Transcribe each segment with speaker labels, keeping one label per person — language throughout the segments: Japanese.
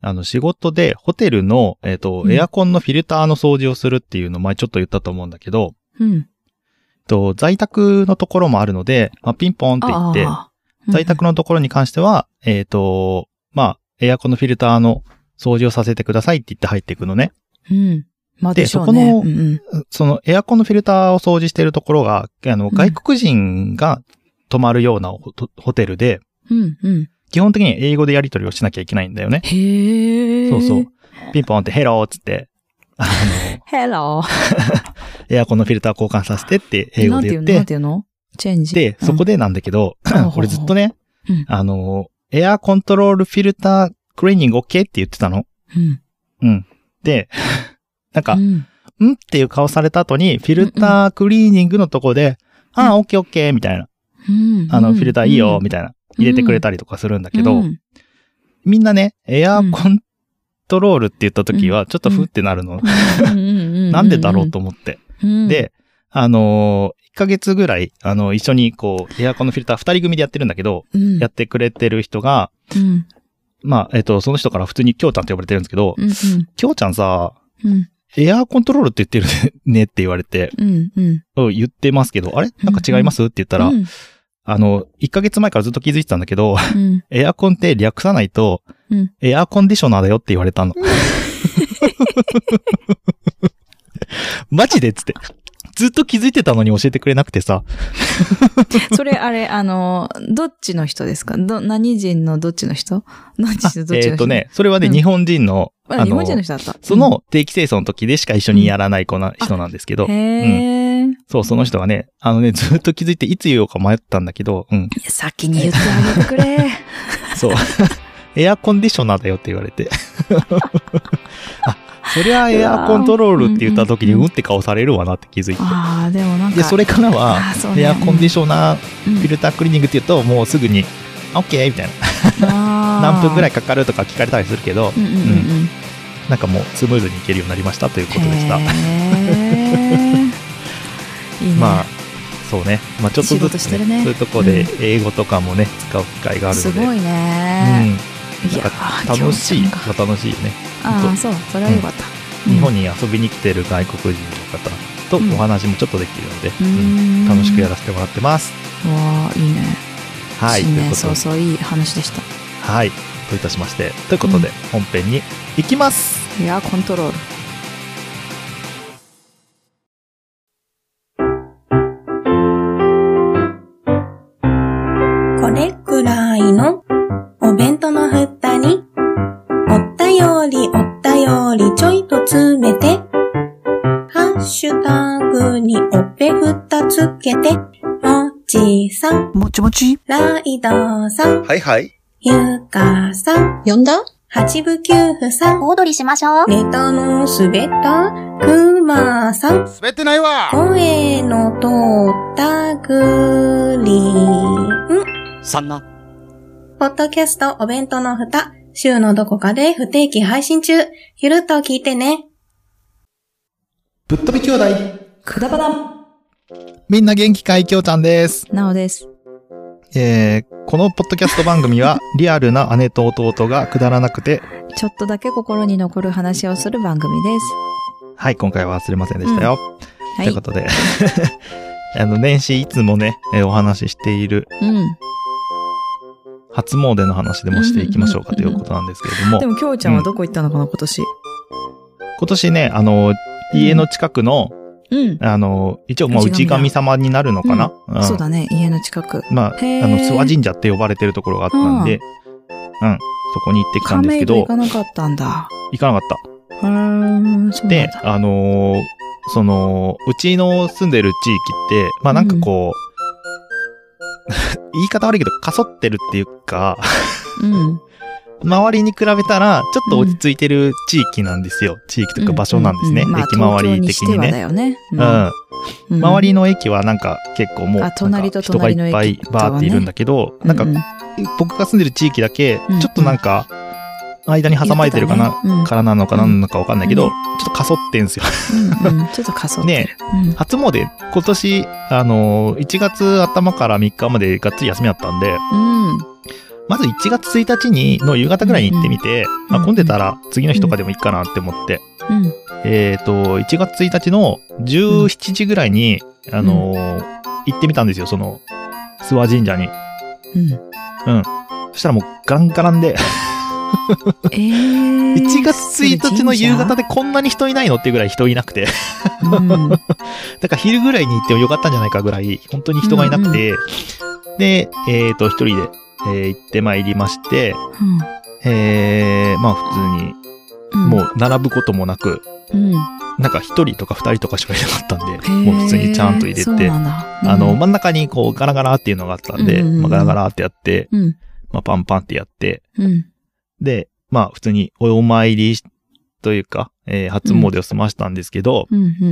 Speaker 1: 仕事でホテルの、エアコンのフィルターの掃除をするっていうのを前ちょっと言ったと思うんだけど、在宅のところもあるので、ピンポンって言って、在宅のところに関しては、エアコンのフィルターの掃除をさせてくださいって言って入っていくのね。で、そこの、そのエアコンのフィルターを掃除しているところが、外国人が泊まるようなホテルで、基本的に英語でやり取りをしなきゃいけないんだよね。そうそう。ピンポンってヘローっつって、
Speaker 2: ヘロー。
Speaker 1: エアコンのフィルター交換させてって英語で言って。
Speaker 2: なんていうのチェンジ。
Speaker 1: で、そこでなんだけど、これずっとね、エアコントロールフィルタークリーニング OK って言ってたの。で、なんか、っていう顔された後に、フィルタークリーニングのとこで、OK OK みたいな。フィルターいいよ、みたいな。入れてくれたりとかするんだけど、みんなね、エアコントロールって言った時は、ちょっとふってなるの。なんでだろうと思って。で、1ヶ月ぐらい、一緒にこう、エアコンのフィルター2人組でやってるんだけど、やってくれてる人が、その人から普通にきょうちゃんって呼ばれてるんですけど、きょうちゃんさ、エアコントロールって言ってるねって言われて、言ってますけど、あれなんか違いますって言ったら、1ヶ月前からずっと気づいてたんだけど、エアコンって略さないと、エアコンディショナーだよって言われたの。マジでっつって。ずっと気づいてたのに教えてくれなくてさ。
Speaker 2: それ、あれ、どっちの人ですか？何人のどっちの人？
Speaker 1: それはね、日本人の、
Speaker 2: 日本人の人だった。
Speaker 1: その定期清掃の時でしか一緒にやらない人なんですけど。そう、その人がね、ずっと気づいていつ言おうか迷ったんだけど、
Speaker 2: 先に言ってあげてくれ。
Speaker 1: そう。エアコンディショナーだよって言われて。そりゃエアコントロールって言った時にって顔されるわなって気づいて。
Speaker 2: でもなんか。
Speaker 1: で、それからは、エアコンディショナー、フィルタークリーニングって言うと、もうすぐに、OK! みたいな。何分ぐらいかかるとか聞かれたりするけど、なんかもうスムーズにいけるようになりましたということでした。
Speaker 2: いいね、
Speaker 1: そうね。ちょっとずつね、そういうところで英語とかもね、使う機会があるので。
Speaker 2: すごいね。
Speaker 1: 楽しいよね。
Speaker 2: そう、それはよかった。
Speaker 1: 日本に遊びに来てる外国人の方とお話もちょっとできるので、楽しくやらせてもらってます。
Speaker 2: わあ、いいね。
Speaker 1: はい。
Speaker 2: 新年早々いい話でした。
Speaker 1: はい。といたしまして。ということで、本編に行きます。
Speaker 2: エアコントロール。
Speaker 3: これくらいのお弁当の蓋におったよりちょいと詰めてハッシュタグにおっぺふたつけてもちさん
Speaker 2: もちもち
Speaker 3: ライドさん
Speaker 1: はいはい
Speaker 3: ゆかさん
Speaker 4: 呼んだ
Speaker 3: 八部九夫さん
Speaker 4: 小躍りしましょう
Speaker 3: ネタの滑ったくまさん
Speaker 5: 滑ってないわ
Speaker 3: 声の通ったグリーン
Speaker 5: さんな
Speaker 3: ポッドキャストお弁当の蓋、週のどこかで不定期配信中。ゆるっと聞いてね。
Speaker 1: ぶっ飛び兄弟。
Speaker 2: くだばな。
Speaker 1: みんな元気かいきょうちゃんです。
Speaker 2: なおです。
Speaker 1: このポッドキャスト番組は、リアルな姉と弟がくだらなくて、
Speaker 2: ちょっとだけ心に残る話をする番組です。
Speaker 1: はい、今回は忘れませんでしたよ。ということで、年始いつもね、お話ししている、初詣の話でもしていきましょうかということなんですけれども。
Speaker 2: でも、きょうちゃんはどこ行ったのかな、今年。
Speaker 1: 今年ね、家の近くの、一応、内神様になるのかな、
Speaker 2: そうだね、家の近く。
Speaker 1: 諏訪神社って呼ばれてるところがあったんで、そこに行ってきたんですけど。
Speaker 2: 行かなかったんだ。
Speaker 1: 行かなかった。で、うちの住んでる地域って、なんかこう、言い方悪いけど、かそってるっていうか、周りに比べたら、ちょっと落ち着いてる地域なんですよ。地域というか場所なんですね。駅周り的にね。周りの駅はなんか結構もう、人がいっぱいバーっているんだけど、なんか、僕が住んでる地域だけ、ちょっとなんか、間に挟まれてるからなのかなんのかわかんないけど、ちょっとかそってんすよ。
Speaker 2: ちょっとかそってる。
Speaker 1: ね、初詣、今年、1月頭から3日までがっつり休みだったんで、 まず1月1日の夕方ぐらいに行ってみて、まあ混んでたら次の日とかでもいいかなって思って、1月1日の17時ぐらいに、行ってみたんですよ、その、諏訪神社に。そしたらもうガランガランで、1月1日の夕方でこんなに人いないのっていうぐらい人いなくて。だから昼ぐらいに行ってもよかったんじゃないかぐらい、本当に人がいなくて、で、一人で、行ってまいりまして、まあ普通に、もう並ぶこともなく、なんか一人とか二人とかしかいなかったんで、もう普通にちゃんと入れて、真ん中にこうガラガラっていうのがあったんで、まあガラガラってやって、まあパンパンってやって、で、まあ普通にお参りというか、初詣を済ましたんですけど、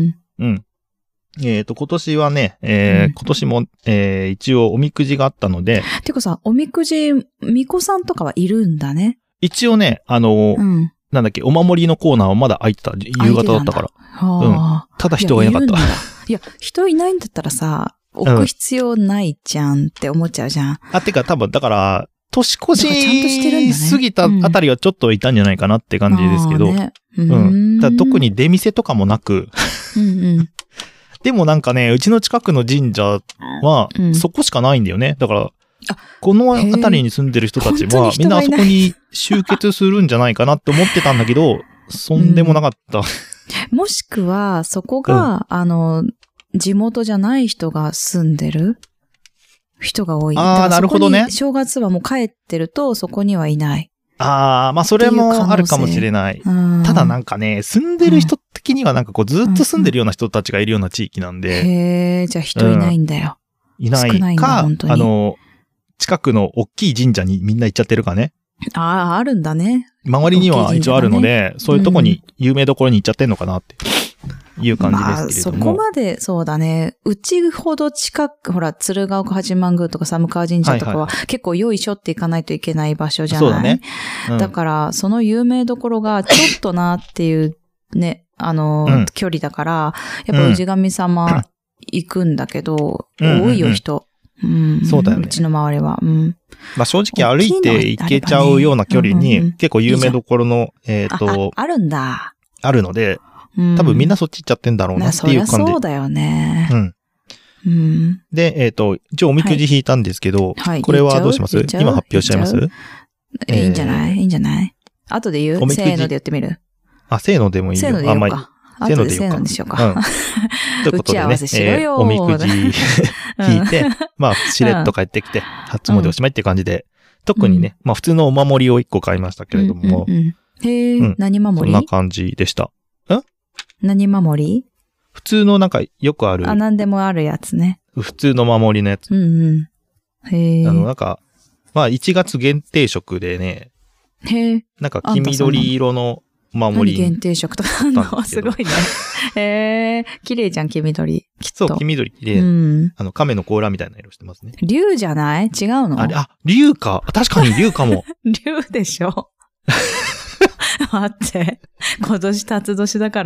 Speaker 1: 今年はね、今年も、一応おみくじがあったので。
Speaker 2: てかさ、おみくじ、みこさんとかはいるんだね。
Speaker 1: 一応ね、なんだっけ、お守りのコーナーはまだ空いてた。夕方だったから。ただ人がいなかった。
Speaker 2: いや、人いないんだったらさ、置く必要ないじゃんって思っちゃうじゃん。
Speaker 1: てか多分、だから、年越し過ぎたあたりはちょっといたんじゃないかなって感じですけど。特に出店とかもなく。でもなんかね、うちの近くの神社は、そこしかないんだよね。だから、この辺りに住んでる人たちは、みんなあそこに集結するんじゃないかなって思ってたんだけど、そんでもなかった。
Speaker 2: もしくは、そこが、地元じゃない人が住んでる人が多い。
Speaker 1: なるほどね。
Speaker 2: 正月はもう帰ってると、そこにはいない。
Speaker 1: まあそれもあるかもしれない。ただなんかね、住んでる人的にはなんかこうずっと住んでるような人たちがいるような地域なんで。
Speaker 2: じゃあ人いないんだよ。
Speaker 1: いないか、近くの大きい神社にみんな行っちゃってるかね。
Speaker 2: あるんだね。
Speaker 1: 周りには一応あるので、そういうとこに、有名どころに行っちゃってんのかなっていう感じですけれども。
Speaker 2: そこまで、そうだね。うちほど近く、ほら、鶴岡八幡宮とか寒川神社とかは、結構よいしょって行かないといけない場所じゃない。そうだね。だから、その有名どころがちょっとなっていうね、距離だから、やっぱ氏神様行くんだけど、多いよ人。
Speaker 1: そうだよね。
Speaker 2: うちの周りは。
Speaker 1: まあ正直歩いて行けちゃうような距離に、結構有名どころの、
Speaker 2: あるんだ。
Speaker 1: あるので、多分みんなそっち行っちゃってんだろうなっていう感じ。
Speaker 2: そうだよね。
Speaker 1: で、一応おみくじ引いたんですけど、これはどうします？今発表しちゃいます？
Speaker 2: いいんじゃない？いいんじゃない？後で言う？せーので言ってみる？
Speaker 1: せーのでもいいよ。
Speaker 2: せーので言おうか。
Speaker 1: せーので
Speaker 2: せーのでしようか。
Speaker 1: ということでね、おみくじ引いて、まあ、しれっと帰ってきて、初詣おしまいって感じで、特にね、まあ普通のお守りを1個買いましたけれども、
Speaker 2: 何守り？
Speaker 1: そんな感じでした。
Speaker 2: 何守り？
Speaker 1: 普通のなんかよくある。
Speaker 2: 何でもあるやつね。
Speaker 1: 普通の守りのやつ。なんか、まあ1月限定色でね、なんか黄緑色の守り。
Speaker 2: 限定色とかあんの？すごいね。綺麗じゃん、黄緑。
Speaker 1: そう、黄緑で、亀の甲羅みたいな色してますね。
Speaker 2: 竜じゃない？違うの？
Speaker 1: 竜か。確かに竜かも。
Speaker 2: 竜でしょ。待って。今年辰年だから。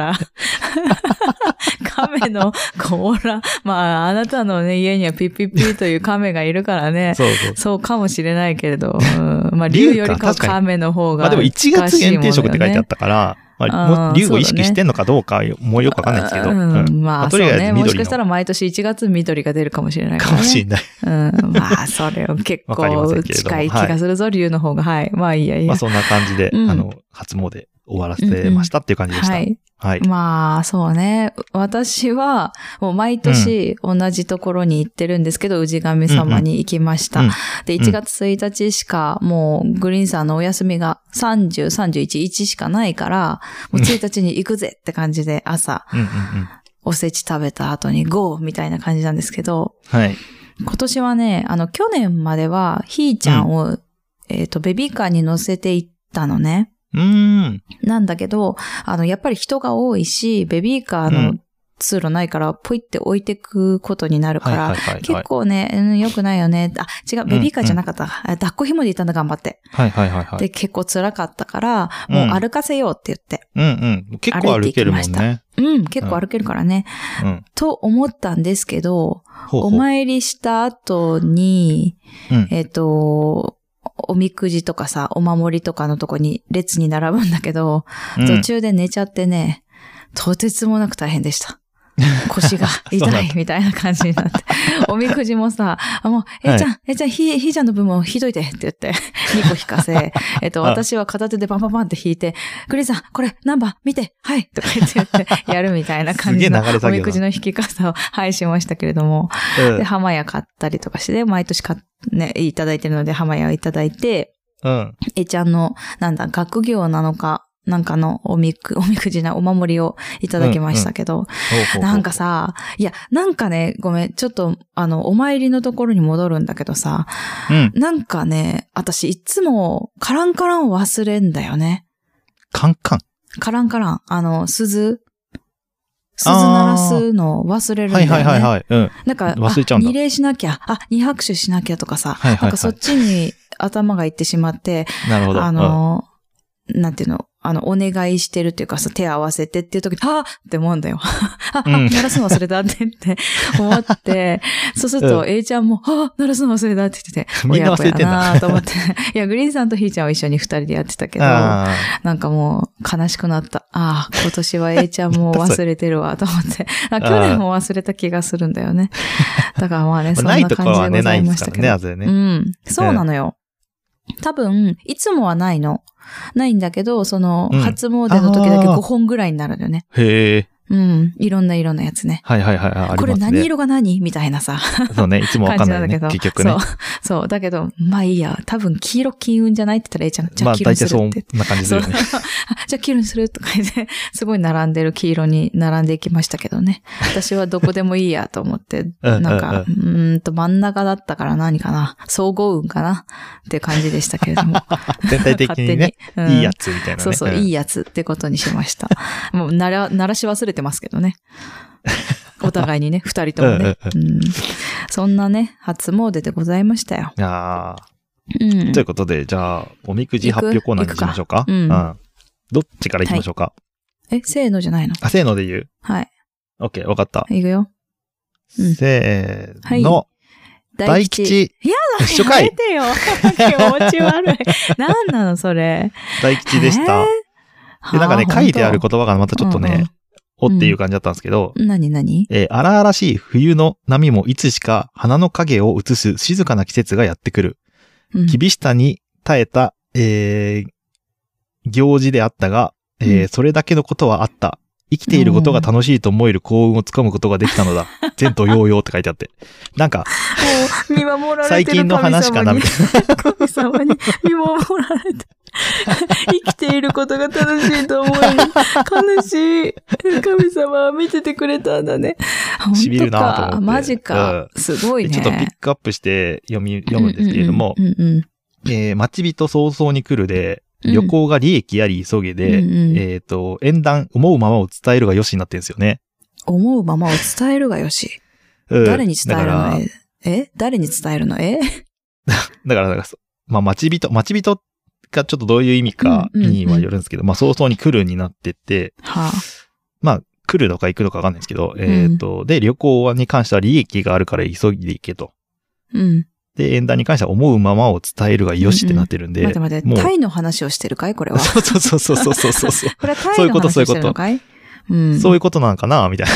Speaker 2: 亀の甲羅。まあ、あなたのね、家にはピッピッピーという亀がいるからね。そうかもしれないけれど。まあ、竜よりか亀の方が、
Speaker 1: まあでも1月限定色って書いてあったから、まあ、竜を意識してんのかどうかもうよくわかんないですけど。
Speaker 2: まあ、そうね。もしかしたら毎年1月緑が出るかもしれないからね。
Speaker 1: かもしれない。
Speaker 2: まあ、それを結構近い気がするぞ、竜の方が。はい。まあいいやいいや。
Speaker 1: まあそんな感じで、初詣終わらせましたっていう感じでした。はい。
Speaker 2: まあ、そうね。私は、もう毎年同じところに行ってるんですけど、氏神様に行きました。で、1月1日しか、もう、グリーンさんのお休みが30、31、1しかないから、もう1日に行くぜって感じで、朝、おせち食べた後にゴーみたいな感じなんですけど、
Speaker 1: はい。
Speaker 2: 今年はね、去年までは、ひーちゃんを、ベビーカーに乗せて行ったのね。なんだけど、やっぱり人が多いし、ベビーカーの通路ないから、ポイって置いてくことになるから、結構ね、良くないよね。違う、ベビーカーじゃなかった。抱っこ紐で行ったんだ、頑張って。で、結構辛かったから、もう歩かせようって言って。
Speaker 1: 結構歩けるもんね。
Speaker 2: 結構歩けるからね。と思ったんですけど、お参りした後に、 おみくじとかさ、お守りとかのとこに列に並ぶんだけど、途中で寝ちゃってね、とてつもなく大変でした。腰が痛いみたいな感じになって。おみくじもさ、もう、ちゃん、ひーちゃんの分も引いといてって言って、2個引かせ、私は片手でバンバンバンって引いて、グリーンさん、これ何番見てはいとか言ってやるみたいな感じのおみくじの引き方を、しましたけれども、で、浜屋買ったりとかして、毎年いただいてるので、浜屋をいただいて、ちゃんの、学業なのか、なんかのおみくじなお守りをいただきましたけど、なんかさ、いや、なんかね、ごめん、ちょっと、お参りのところに戻るんだけどさ、なんかね、私いつもカランカランを忘れんだよね。
Speaker 1: カンカン
Speaker 2: カランカラン、鈴鳴らすの忘れるんだよね。はい。なんか、
Speaker 1: 忘れちゃうんだ。
Speaker 2: 二礼しなきゃ、二拍手しなきゃとかさ、なんかそっちに頭がいってしまって、
Speaker 1: なるほど。
Speaker 2: なんていうの、お願いしてるっていうかさ、手合わせてっていう時に、って思うんだよ。鳴らすの忘れたって思って、そうすると、A ちゃんも、鳴らすの忘れたって言ってて、
Speaker 1: みんな忘れてんだ
Speaker 2: なと思って。いや、グリーンさんとヒーちゃんは一緒に2人でやってたけど、なんかもう悲しくなった。今年は A ちゃんも忘れてるわ、と思って。去年も忘れた気がするんだよね。だからまあね、そんな感じでございましたけど。
Speaker 1: ないところはね、ないですからね、
Speaker 2: そうなのよ。多分、いつもはないんだけど、初詣の時だけ5本ぐらいになるんだよね。
Speaker 1: へえ。
Speaker 2: いろんな色のやつね。
Speaker 1: はい。
Speaker 2: これ何色が何みたいなさ。
Speaker 1: そうね、いつもわかんないね。結局ね。
Speaker 2: そう。だけど、まあいいや。多分、黄色金運じゃないって言ったら、A ちゃん、じゃあ黄色にするって。まあ大体
Speaker 1: そんな感じするよね。
Speaker 2: じゃあ黄色にするとか言って、すごい並んでる黄色に並んでいきましたけどね。私はどこでもいいやと思って、なんか、真ん中だったから何かな。総合運かなって感じでしたけれども。
Speaker 1: 全体的にね、いいやつみたいなね。
Speaker 2: そう、いいやつってことにしました。もう、鳴らし忘れてますけどね。お互いにね、二人ともね。そんなね、初詣でございましたよ。と
Speaker 1: いうことで、じゃあ、おみくじ発表コーナーにしましょうか。どっちから行きましょうか。
Speaker 2: せーのじゃないの？
Speaker 1: せーので言う？
Speaker 2: はい。
Speaker 1: OK、わかった。
Speaker 2: いくよ。
Speaker 1: せーの。大吉。
Speaker 2: やだ、
Speaker 1: 一緒かい。
Speaker 2: やめてよ。気持ち悪い。なんなの、それ。
Speaker 1: 大吉でした。で、なんかね、書いてある言葉がまたちょっとね、っていう感じだったんですけど。
Speaker 2: 何
Speaker 1: 荒々しい冬の波もいつしか花の影を映す静かな季節がやってくる。厳しさに耐えた、行事であったが、それだけのことはあった。生きていることが楽しいと思える幸運をつかむことができたのだ。前途洋々って書いてあって。なんか、
Speaker 2: 見守られてる
Speaker 1: 最近の話かなみたいな。
Speaker 2: 神様に見守られて。生きていることが楽しいと思える。悲しい。神様は見ててくれたんだね。
Speaker 1: 痺るなと思って。
Speaker 2: マジか。すごいね。
Speaker 1: ちょっとピックアップして読むんですけれども、待ち人早々に来るで、旅行が利益あり急げで、縁談、思うままを伝えるがよしになってるんですよね。思
Speaker 2: うままを伝えるがよし。誰に伝えるの？誰に伝えるの？
Speaker 1: だから、まあ、待ち人がちょっとどういう意味かにはよるんですけど、まあ、早々に来るになってて、まあ、来るのか行くのかわかんないですけど、で、旅行に関しては利益があるから急いで行けと。で、縁談に関しては思うままを伝えるがよしってなってるんで。
Speaker 2: 待って、タイの話をしてるかいこれは。
Speaker 1: そう。
Speaker 2: これはタイの話をしてるのかい？
Speaker 1: そういうことなんかなみたい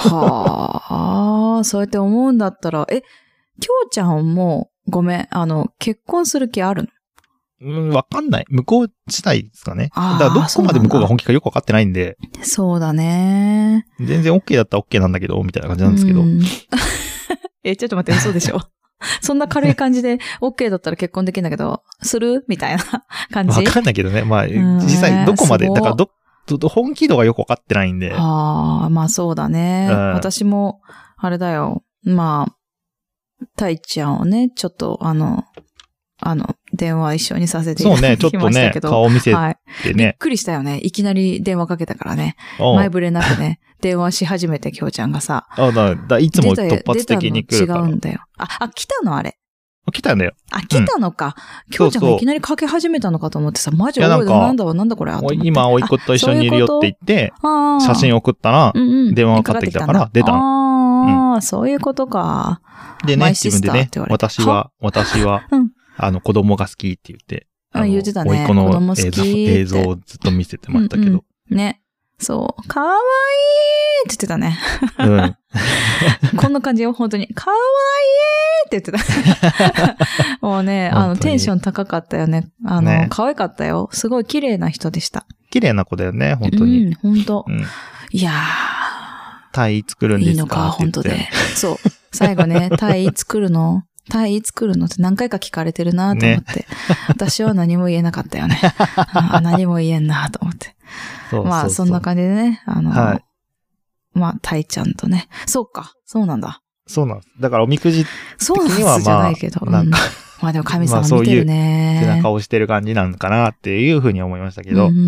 Speaker 2: な。そうやって思うんだったら、きょうちゃんも、ごめん、結婚する気ある
Speaker 1: の？わかんない。向こう次第ですかね。だからどこまで向こうが本気かよくわかってないんで。
Speaker 2: そうだね。
Speaker 1: 全然 OK だったら OK なんだけど、みたいな感じなんですけど。
Speaker 2: ちょっと待って、嘘でしょ。そんな軽い感じで OK だったら結婚できるんだけど、するみたいな感じ。
Speaker 1: わかんないけどね。まあ、実際どこまで、だから本気度がよくわかってないんで。
Speaker 2: まあそうだね。私も、あれだよ。まあ、タイちゃんをね、ちょっと電話一緒にさせていただきましたけど。
Speaker 1: そうね、ちょっとね、顔見せてね、
Speaker 2: びっくりしたよね。いきなり電話かけたからね。前触れなくね、電話し始めて、きょうちゃんがさ。
Speaker 1: いつも突発的に来るから。
Speaker 2: 違うんだよ。来たのあれ。
Speaker 1: 来たんだよ。
Speaker 2: 来たのか。きょうちゃんがいきなりかけ始めたのかと思ってさ、マジなんだこれ。
Speaker 1: 今、甥っ子と一緒にいるよって言って、写真送ったら、電話がかかってきたから、出たの。
Speaker 2: そういうことか。
Speaker 1: でね、自分でね、私は、 子供が好きって言って。
Speaker 2: 言ってたね。
Speaker 1: 甥っ子の映像をずっと見せてましたけど。
Speaker 2: ね。そう。かわいいって言ってたね。こんな感じよ、本当に。かわいいって言ってた。もうね、テンション高かったよね。可愛かったよ。すごい綺麗な人でした。
Speaker 1: 綺麗な子だよね、本当に。
Speaker 2: 本当。いやー。
Speaker 1: タイ作るんですか？
Speaker 2: いいのか、本当で。そう。最後ね、タイ作るのって何回か聞かれてるなと思って。私は何も言えなかったよね。何も言えんなと思って。まあ、そんな感じでね、まあ、タイちゃんとね。そうか、そうなんだ。
Speaker 1: そうなんです。だからおみくじ的には
Speaker 2: じゃないけど。なんか、まあでも神様見てるね。
Speaker 1: 背中をしてる感じなのかなっていうふうに思いましたけど。はい。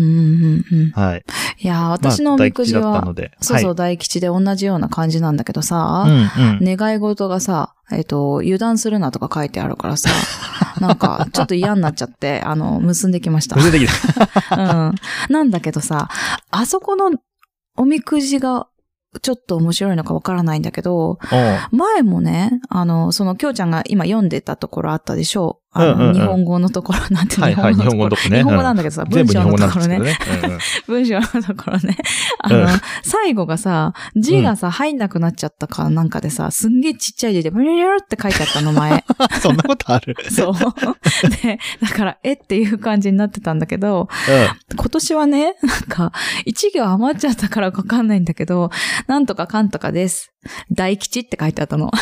Speaker 2: いや、私のおみくじは、そう大吉で同じような感じなんだけどさ、願い事がさ、油断するなとか書いてあるからさ、なんか、ちょっと嫌になっちゃって、結んできました。
Speaker 1: 結んできた。
Speaker 2: なんだけどさ、あそこのおみくじが、ちょっと面白いのかわからないんだけど、前もね、そのきょうちゃんが今読んでたところあったでしょう。日本語のところなんて日本語のところ。日本語なんだけどさ、文章のところね。文章のところね。最後がさ、字がさ、入んなくなっちゃったかなんかでさ、すんげえちっちゃい字で、ブリュリュって書いてあったの前。
Speaker 1: そんなことある？
Speaker 2: そう。で、だから、っていう感じになってたんだけど、今年はね、なんか、一行余っちゃったからわかんないんだけど、なんとかかんとかです。大吉って書いてあったの。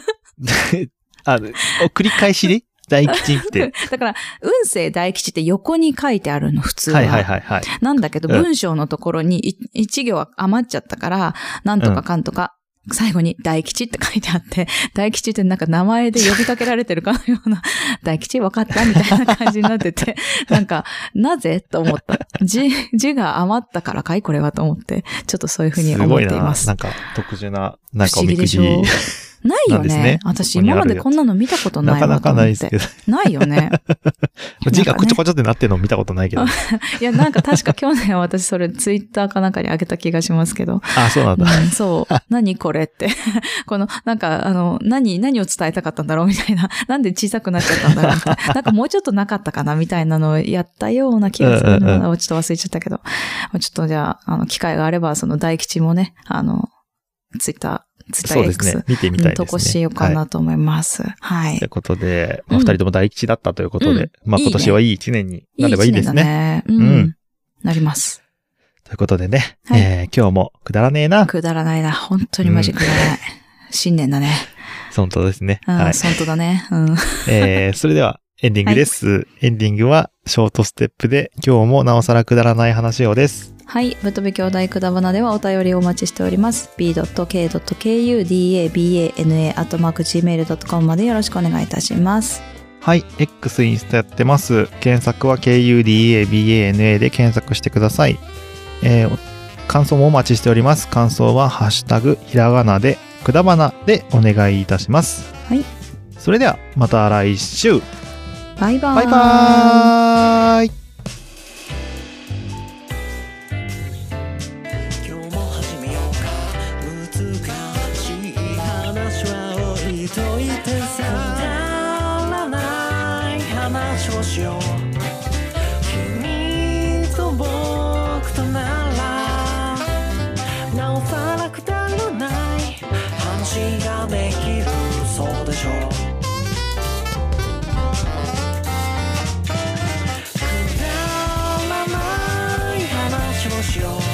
Speaker 1: 繰り返しで大吉って。
Speaker 2: だから、運勢大吉って横に書いてあるの、普通は。
Speaker 1: はい。
Speaker 2: なんだけど、文章のところに一行は余っちゃったから、なんとかかんとか、最後に大吉って書いてあって、大吉ってなんか名前で呼びかけられてるかのような、大吉分かったみたいな感じになってて、なんか、なぜと思った。字が余ったからかいこれはと思って、ちょっとそういうふうに思っています。
Speaker 1: すごいな。なんか、特殊な、なんかおみくじ。
Speaker 2: ないよね。私今までこんなの見たことないわと思って。
Speaker 1: なかなかないですけど。
Speaker 2: ないよね。
Speaker 1: 字がこちょこちょってなってるの見たことないけど。
Speaker 2: いや、なんか確か去年私それツイッターかなんかに上げた気がしますけど。
Speaker 1: あ、そうなんだ。
Speaker 2: そう。何これって。この、なんか何を伝えたかったんだろうみたいな。なんで小さくなっちゃったんだろうみたいな。なんかもうちょっとなかったかなみたいなのをやったような気がするのをちょっと忘れちゃったけど。ちょっとじゃあ、機会があればその大吉もね、ツイッター X
Speaker 1: 見てみたいですね。
Speaker 2: 投稿しようかなと思います。はい。
Speaker 1: ということで、二人とも大吉だったということで、まあ今年はいい一年になればいいですね。
Speaker 2: なります。
Speaker 1: ということでね、今日もくだらねえな。
Speaker 2: くだらないな。本当にマジくだらない。新年だね。
Speaker 1: 本当ですね。
Speaker 2: はい。本当だね。
Speaker 1: それではエンディングです。エンディングはショートステップで今日もなおさらくだらない話をです。
Speaker 2: はい。ぶとべ兄弟くだばなではお便りをお待ちしております。b.k.kudabana@gmail.com までよろしくお願いいたします。
Speaker 1: はい。X インスタやってます。検索は KUDABANA で検索してください。感想もお待ちしております。感想はハッシュタグひらがなでくだばなでお願いいたします。
Speaker 2: はい。
Speaker 1: それではまた来週。
Speaker 2: バイバーイ。
Speaker 1: バイバーイ。
Speaker 4: 君と僕とならなおさらくだらない話ができるそうでしょう。くだらない話をしよう。